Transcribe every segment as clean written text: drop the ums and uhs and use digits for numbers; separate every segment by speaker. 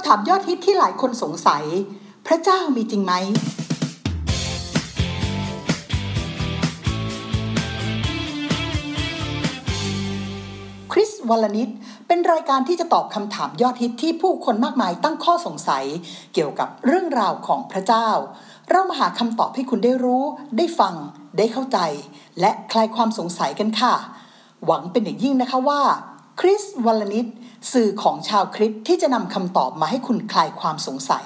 Speaker 1: ถามยอดฮิตที่หลายคนสงสัยพระเจ้ามีจริงไหมคริสวลนิชเป็นรายการที่จะตอบคำถามยอดฮิตที่ผู้คนมากมายตั้งข้อสงสัยเกี่ยวกับเรื่องราวของพระเจ้าเรามาหาคำตอบให้คุณได้รู้ได้ฟังได้เข้าใจและคลายความสงสัยกันค่ะหวังเป็นอย่างยิ่งนะคะว่าคริสวลนิชสื่อของชาวคริสต์ที่จะนำคำตอบมาให้คุณคลายความสงสัย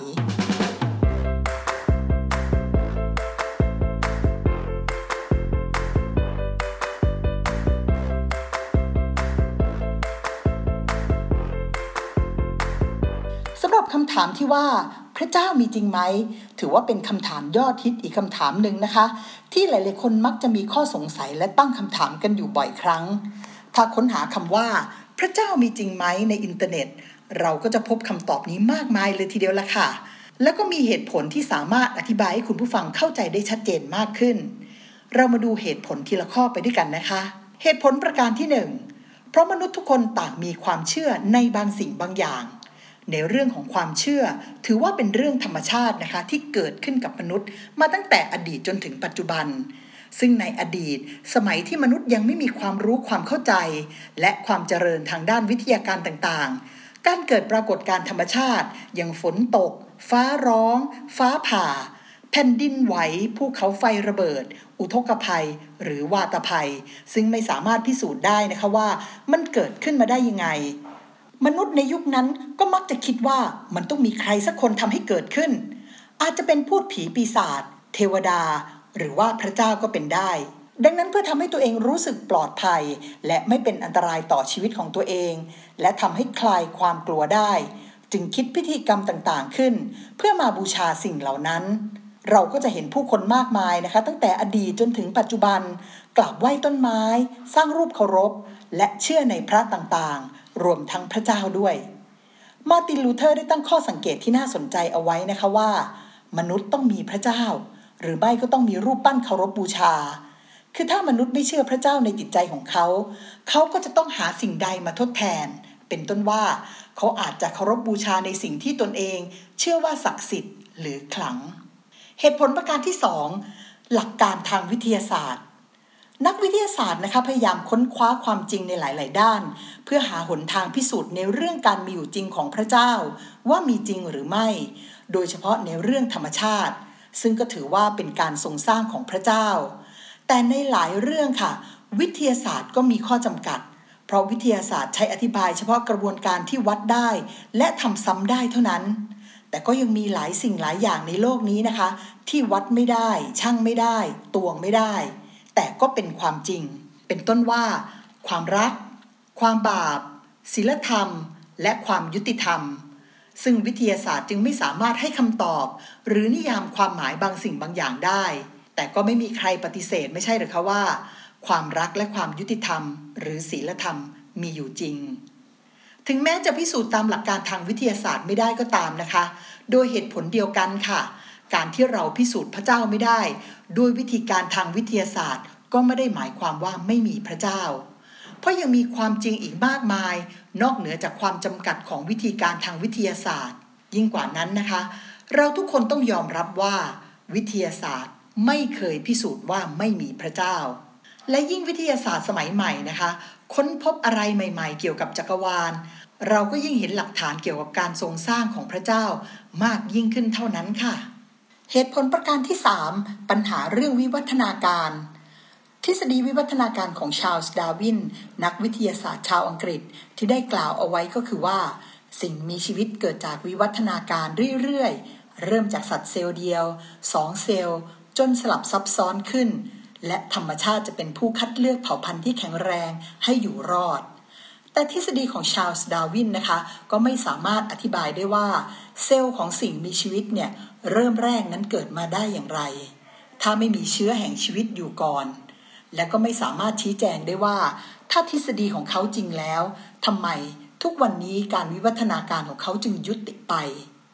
Speaker 1: สำหรับคำถามที่ว่าพระเจ้ามีจริงไหมถือว่าเป็นคำถามยอดฮิตอีกคำถามหนึ่งนะคะที่หลายๆคนมักจะมีข้อสงสัยและตั้งคำถามกันอยู่บ่อยครั้งถ้าค้นหาคำว่าพระเจ้ามีจริงไหมในอินเทอร์เน็ตเราก็จะพบคำตอบนี้มากมายเลยทีเดียวละค่ะแล้วก็มีเหตุผลที่สามารถอธิบายให้คุณผู้ฟังเข้าใจได้ชัดเจนมากขึ้นเรามาดูเหตุผลทีละข้อไปด้วยกันนะคะเหตุผลประการที่1เพราะมนุษย์ทุกคนต่างมีความเชื่อในบางสิ่งบางอย่างในเรื่องของความเชื่อถือว่าเป็นเรื่องธรรมชาตินะคะที่เกิดขึ้นกับมนุษย์มาตั้งแต่อดีตจนถึงปัจจุบันซึ่งในอดีตสมัยที่มนุษย์ยังไม่มีความรู้ความเข้าใจและความเจริญทางด้านวิทยาการต่างๆการเกิดปรากฏการณ์ธรรมชาติอย่างฝนตกฟ้าร้องฟ้าผ่าแผ่นดินไหวภูเขาไฟระเบิดอุทกภัยหรือวาตภัยซึ่งไม่สามารถพิสูจน์ได้นะคะว่ามันเกิดขึ้นมาได้ยังไงมนุษย์ในยุคนั้นก็มักจะคิดว่ามันต้องมีใครสักคนทำให้เกิดขึ้นอาจจะเป็นพูดผีปีศาจเทวดาหรือว่าพระเจ้าก็เป็นได้ดังนั้นเพื่อทำให้ตัวเองรู้สึกปลอดภัยและไม่เป็นอันตรายต่อชีวิตของตัวเองและทำให้คลายความกลัวได้จึงคิดพิธีกรรมต่างๆขึ้นเพื่อมาบูชาสิ่งเหล่านั้นเราก็จะเห็นผู้คนมากมายนะคะตั้งแต่อดีตจนถึงปัจจุบันกราบไหว้ต้นไม้สร้างรูปเคารพและเชื่อในพระต่างๆรวมทั้งพระเจ้าด้วยมาร์ตินลูเทอร์ได้ตั้งข้อสังเกตที่น่าสนใจเอาไว้นะคะว่ามนุษย์ต้องมีพระเจ้าหรือไม่ก็ต้องมีรูปปั้นเคารพบูชาคือถ้ามนุษย์ไม่เชื่อพระเจ้าในจิตใจของเขาเขาก็จะต้องหาสิ่งใดมาทดแทนเป็นต้นว่าเขาอาจจะเคารพบูชาในสิ่งที่ตนเองเชื่อว่าศักดิ์สิทธิ์หรือขลังเหตุผลประการที่2หลักการทางวิทยาศาสตร์นักวิทยาศาสตร์นะคะพยายามค้นคว้าความจริงในหลายๆด้านเพื่อหาหนทางพิสูจน์ในเรื่องการมีอยู่จริงของพระเจ้าว่ามีจริงหรือไม่โดยเฉพาะในเรื่องธรรมชาติซึ่งก็ถือว่าเป็นการทรงสร้างของพระเจ้าแต่ในหลายเรื่องค่ะวิทยาศาสตร์ก็มีข้อจำกัดเพราะวิทยาศาสตร์ใช้อธิบายเฉพาะกระบวนการที่วัดได้และทำซ้ำได้เท่านั้นแต่ก็ยังมีหลายสิ่งหลายอย่างในโลกนี้นะคะที่วัดไม่ได้ชั่งไม่ได้ตวงไม่ได้แต่ก็เป็นความจริงเป็นต้นว่าความรักความบาปศีลธรรมและความยุติธรรมซึ่งวิทยาศาสตร์จึงไม่สามารถให้คำตอบหรือนิยามความหมายบางสิ่งบางอย่างได้แต่ก็ไม่มีใครปฏิเสธไม่ใช่หรือคะว่าความรักและความยุติธรรมหรือศีลธรรมมีอยู่จริงถึงแม้จะพิสูจน์ตามหลักการทางวิทยาศาสตร์ไม่ได้ก็ตามนะคะโดยเหตุผลเดียวกันค่ะการที่เราพิสูจน์พระเจ้าไม่ได้ด้วยวิธีการทางวิทยาศาสตร์ก็ไม่ได้หมายความว่าไม่มีพระเจ้าเพราะยังมีความจริงอีกมากมายนอกเหนือจากความจำกัดของวิธีการทางวิทยาศาสตร์ยิ่งกว่านั้นนะคะเราทุกคนต้องยอมรับว่าวิทยาศาสตร์ไม่เคยพิสูจน์ว่าไม่มีพระเจ้าและยิ่งวิทยาศาสตร์สมัยใหม่นะคะค้นพบอะไรใหม่ๆเกี่ยวกับจักรวาลเราก็ยิ่งเห็นหลักฐานเกี่ยวกับการทรงสร้างของพระเจ้ามากยิ่งขึ้นเท่านั้นค่ะเหตุผลประการที่3ปัญหาเรื่องวิวัฒนาการทฤษฎีวิวัฒนาการของชาร์ลส์ดาร์วินนักวิทยาศาสตร์ชาวอังกฤษที่ได้กล่าวเอาไว้ก็คือว่าสิ่งมีชีวิตเกิดจากวิวัฒนาการเรื่อยๆเริ่มจากสัตว์เซลล์เดียว2เซลล์จนสลับซับซ้อนขึ้นและธรรมชาติจะเป็นผู้คัดเลือกเผ่าพันธุ์ที่แข็งแรงให้อยู่รอดแต่ทฤษฎีของชาร์ลส์ดาร์วินนะคะก็ไม่สามารถอธิบายได้ว่าเซลล์ของสิ่งมีชีวิตเนี่ยเริ่มแรกนั้นเกิดมาได้อย่างไรถ้าไม่มีเชื้อแห่งชีวิตอยู่ก่อนและก็ไม่สามารถชี้แจงได้ว่าถ้าทฤษฎีของเขาจริงแล้วทำไมทุกวันนี้การวิวัฒนาการของเขาจึงยุติไป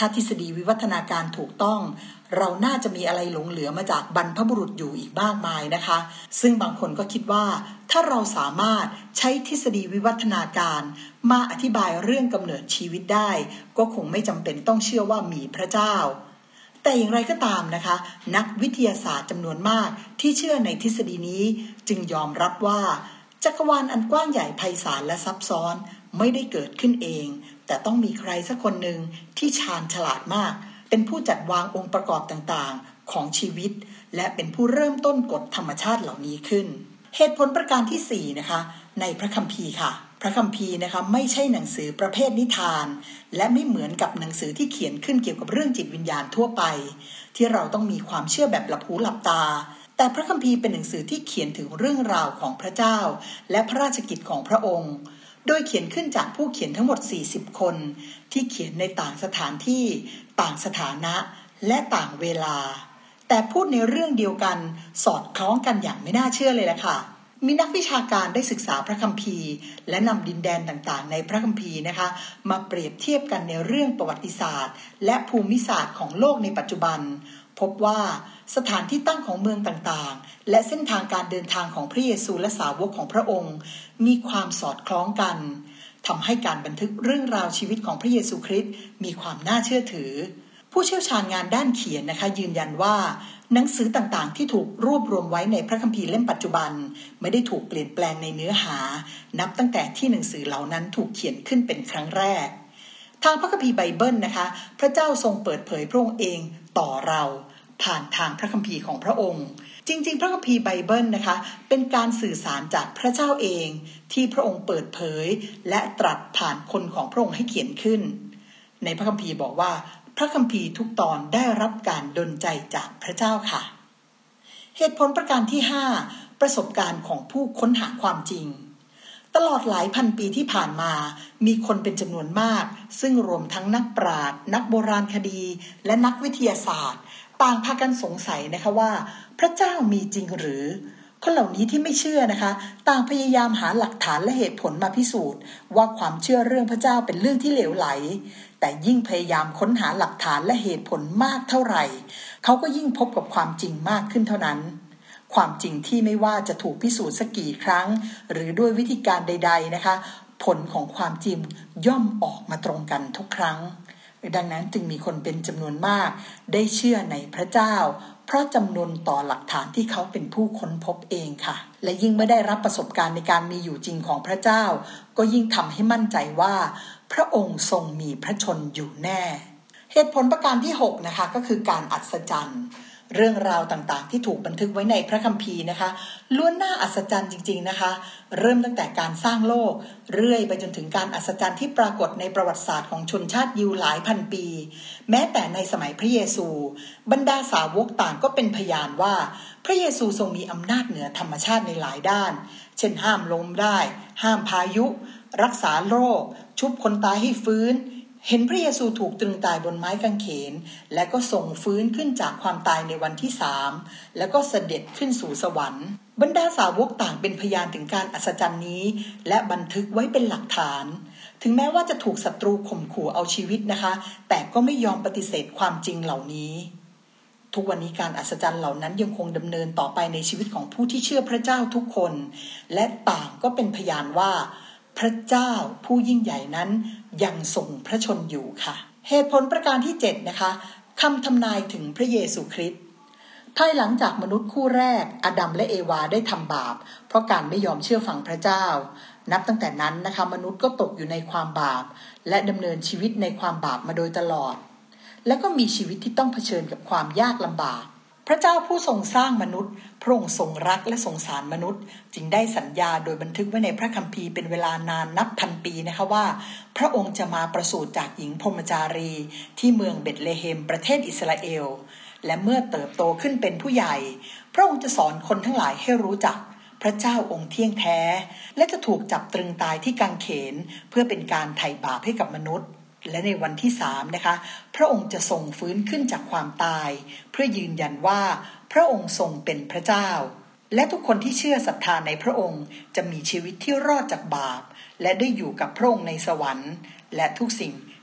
Speaker 1: ถ้าทฤษฎีวิวัฒนาการถูกต้องเราน่าจะมีอะไรหลงเหลือมาจากบรรพบุรุษอยู่อีกมากมายนะคะซึ่งบางคนก็คิดว่าถ้าเราสามารถใช้ทฤษฎีวิวัฒนาการมาอธิบายเรื่องกำเนิดชีวิตได้ก็คงไม่จำเป็นต้องเชื่อว่ามีพระเจ้าแต่อย่างไรก็ตามนะคะนักวิทยาศาสตร์จำนวนมากที่เชื่อในทฤษฎีนี้จึงยอมรับว่าจักรวาลอันกว้างใหญ่ไพศาลและซับซ้อนไม่ได้เกิดขึ้นเองแต่ต้องมีใครสักคนหนึ่งที่ชาญฉลาดมากเป็นผู้จัดวางองค์ประกอบต่างๆของชีวิตและเป็นผู้เริ่มต้นกฎธรรมชาติเหล่านี้ขึ้นเหตุผลประการที่4นะคะในพระคัมภีร์ค่ะพระคัมภีร์นะคะไม่ใช่หนังสือประเภทนิทานและไม่เหมือนกับหนังสือที่เขียนขึ้นเกี่ยวกับเรื่องจิตวิญญาณทั่วไปที่เราต้องมีความเชื่อแบบหลับหูหลับตาแต่พระคัมภีร์เป็นหนังสือที่เขียนถึงเรื่องราวของพระเจ้าและพระราชกิจของพระองค์โดยเขียนขึ้นจากผู้เขียนทั้งหมด40คนที่เขียนในต่างสถานที่ต่างสถานะและต่างเวลาแต่พูดในเรื่องเดียวกันสอดคล้องกันอย่างไม่น่าเชื่อเลยล่ะค่ะมีนักวิชาการได้ศึกษาพระคัมภีร์และนำดินแดนต่างๆในพระคัมภีร์นะคะมาเปรียบเทียบกันในเรื่องประวัติศาสตร์และภูมิศาสตร์ของโลกในปัจจุบันพบว่าสถานที่ตั้งของเมืองต่างๆและเส้นทางการเดินทางของพระเยซูและสาวกของพระองค์มีความสอดคล้องกันทำให้การบันทึกเรื่องราวชีวิตของพระเยซูคริสต์มีความน่าเชื่อถือผู้เชี่ยวชาญงานด้านเขียนนะคะยืนยันว่าหนังสือต่างๆที่ถูกรวบรวมไว้ในพระคัมภีร์เล่มปัจจุบันไม่ได้ถูกเปลี่ยนแปลงในเนื้อหานับตั้งแต่ที่หนังสือเหล่านั้นถูกเขียนขึ้นเป็นครั้งแรกทางพระคัมภีร์ไบเบิลนะคะพระเจ้าทรงเปิดเผยพระองค์เองต่อเราผ่านทางพระคัมภีร์ของพระองค์จริงๆพระคัมภีร์ไบเบิลนะคะเป็นการสื่อสารจากพระเจ้าเองที่พระองค์เปิดเผยและตรัสผ่านคนของพระองค์ให้เขียนขึ้นในพระคัมภีร์บอกว่าพระคัมภีร์ทุกตอนได้รับการดลใจจากพระเจ้าค่ะเหตุผลประการที่5ประสบการณ์ของผู้ค้นหาความจริงตลอดหลายพันปีที่ผ่านมามีคนเป็นจำนวนมากซึ่งรวมทั้งนักปราชญ์นักโบราณคดีและนักวิทยาศาสตร์ต่างพากันสงสัยนะคะว่าพระเจ้ามีจริงหรือคนเหล่านี้ที่ไม่เชื่อนะคะต่างพยายามหาหลักฐานและเหตุผลมาพิสูจน์ว่าความเชื่อเรื่องพระเจ้าเป็นเรื่องที่เหลวไหลแต่ยิ่งพยายามค้นหาหลักฐานและเหตุผลมากเท่าไหร่เขาก็ยิ่งพบกับความจริงมากขึ้นเท่านั้นความจริงที่ไม่ว่าจะถูกพิสูจน์สักกี่ครั้งหรือด้วยวิธีการใดๆนะคะผลของความจริงย่อมออกมาตรงกันทุกครั้งดังนั้นจึงมีคนเป็นจำนวนมากได้เชื่อในพระเจ้าเพราะจำนวนต่อหลักฐานที่เขาเป็นผู้ค้นพบเองค่ะและยิ่งเมื่อได้รับประสบการณ์ในการมีอยู่จริงของพระเจ้าก็ยิ่งทำให้มั่นใจว่าพระองค์ทรงมีพระชนอยู่แน่เหตุผลประการที่6นะคะก็คือการอัศจรรย์เรื่องราวต่างๆที่ถูกบันทึกไว้ในพระคัมภีร์นะคะล้วนน่าอัศจรรย์จริงๆนะคะเริ่มตั้งแต่การสร้างโลกเรื่อยไปจนถึงการอัศจรรย์ที่ปรากฏในประวัติศาสตร์ของชนชาติยิวหลายพันปีแม้แต่ในสมัยพระเยซูบรรดาสาวกต่างก็เป็นพยานว่าพระเยซูทรงมีอำนาจเหนือธรรมชาติในหลายด้านเช่นห้ามลมได้ห้ามพายุรักษาโรคชุบคนตายให้ฟื้นเห็นพระเยซูถูกตรึงตายบนไม้กางเขนและก็ทรงฟื้นขึ้นจากความตายในวันที่3แล้วก็เสด็จขึ้นสู่สวรรค์บรรดาสาวกต่างเป็นพยานถึงการอัศจรรย์นี้และบันทึกไว้เป็นหลักฐานถึงแม้ว่าจะถูกศัตรูข่มขู่เอาชีวิตนะคะแต่ก็ไม่ยอมปฏิเสธความจริงเหล่านี้ทุกวันนี้การอัศจรรย์เหล่านั้นยังคงดำเนินต่อไปในชีวิตของผู้ที่เชื่อพระเจ้าทุกคนและต่างก็เป็นพยานว่าพระเจ้าผู้ยิ่งใหญ่นั้นยังทรงพระชนอยู่ค่ะเหตุผลประการที่7นะคะคำทำนายถึงพระเยซูคริสต์ภายหลังจากมนุษย์คู่แรกอาดัมและเอวาได้ทำบาปเพราะการไม่ยอมเชื่อฟังพระเจ้านับตั้งแต่นั้นนะคะมนุษย์ก็ตกอยู่ในความบาปและดำเนินชีวิตในความบาปมาโดยตลอดและก็มีชีวิตที่ต้องเผชิญกับความยากลำบากพระเจ้าผู้ทรงสร้างมนุษย์พระองค์ทรงรักและสงสารมนุษย์จึงได้สัญญาโดยบันทึกไว้ในพระคัมภีร์เป็นเวลานานนับพันปีนะคะว่าพระองค์จะมาประสูติจากหญิงพรหมจารีที่เมืองเบธเลเฮมประเทศอิสราเอลและเมื่อเติบโตขึ้นเป็นผู้ใหญ่พระองค์จะสอนคนทั้งหลายให้รู้จักพระเจ้าองค์เที่ยงแท้และจะถูกจับตรึงตายที่กางเขนเพื่อเป็นการไถ่บาปให้กับมนุษย์และในวันที่3นะคะพระองค์จะทรงฟื้นขึ้นจากความตายเพื่อยืนยันว่าพระองค์ทรงเป็นพระเจ้าและทุกคนที่เชื่อศรัทธาในพระองค์จะมีชีวิตที่รอดจากบาปและได้อยู่กับพระองค์ในสวรรค์และทุกสิ่ง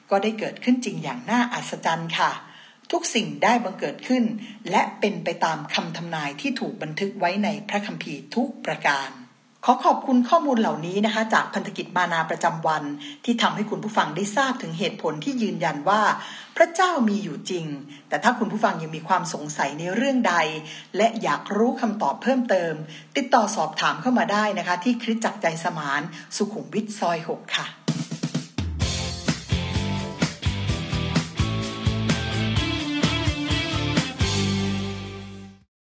Speaker 1: ก็ได้เกิดขึ้นจริงอย่างน่าอัศจรรย์ค่ะทุกสิ่งได้บังเกิดขึ้นและเป็นไปตามคำทำนายที่ถูกบันทึกไว้ในพระคัมภีร์ทุกประการขอขอบคุณข้อมูลเหล่านี้นะคะจากพันธกิจมานาประจำวันที่ทำให้คุณผู้ฟังได้ทราบถึงเหตุผลที่ยืนยันว่าพระเจ้ามีอยู่จริงแต่ถ้าคุณผู้ฟังยังมีความสงสัยในเรื่องใดและอยากรู้คำตอบเพิ่มเติมติดต่อสอบถามเข้ามาได้นะคะที่คริสตจักรใจสมานสุขุมวิทซอย 6 ค่ะ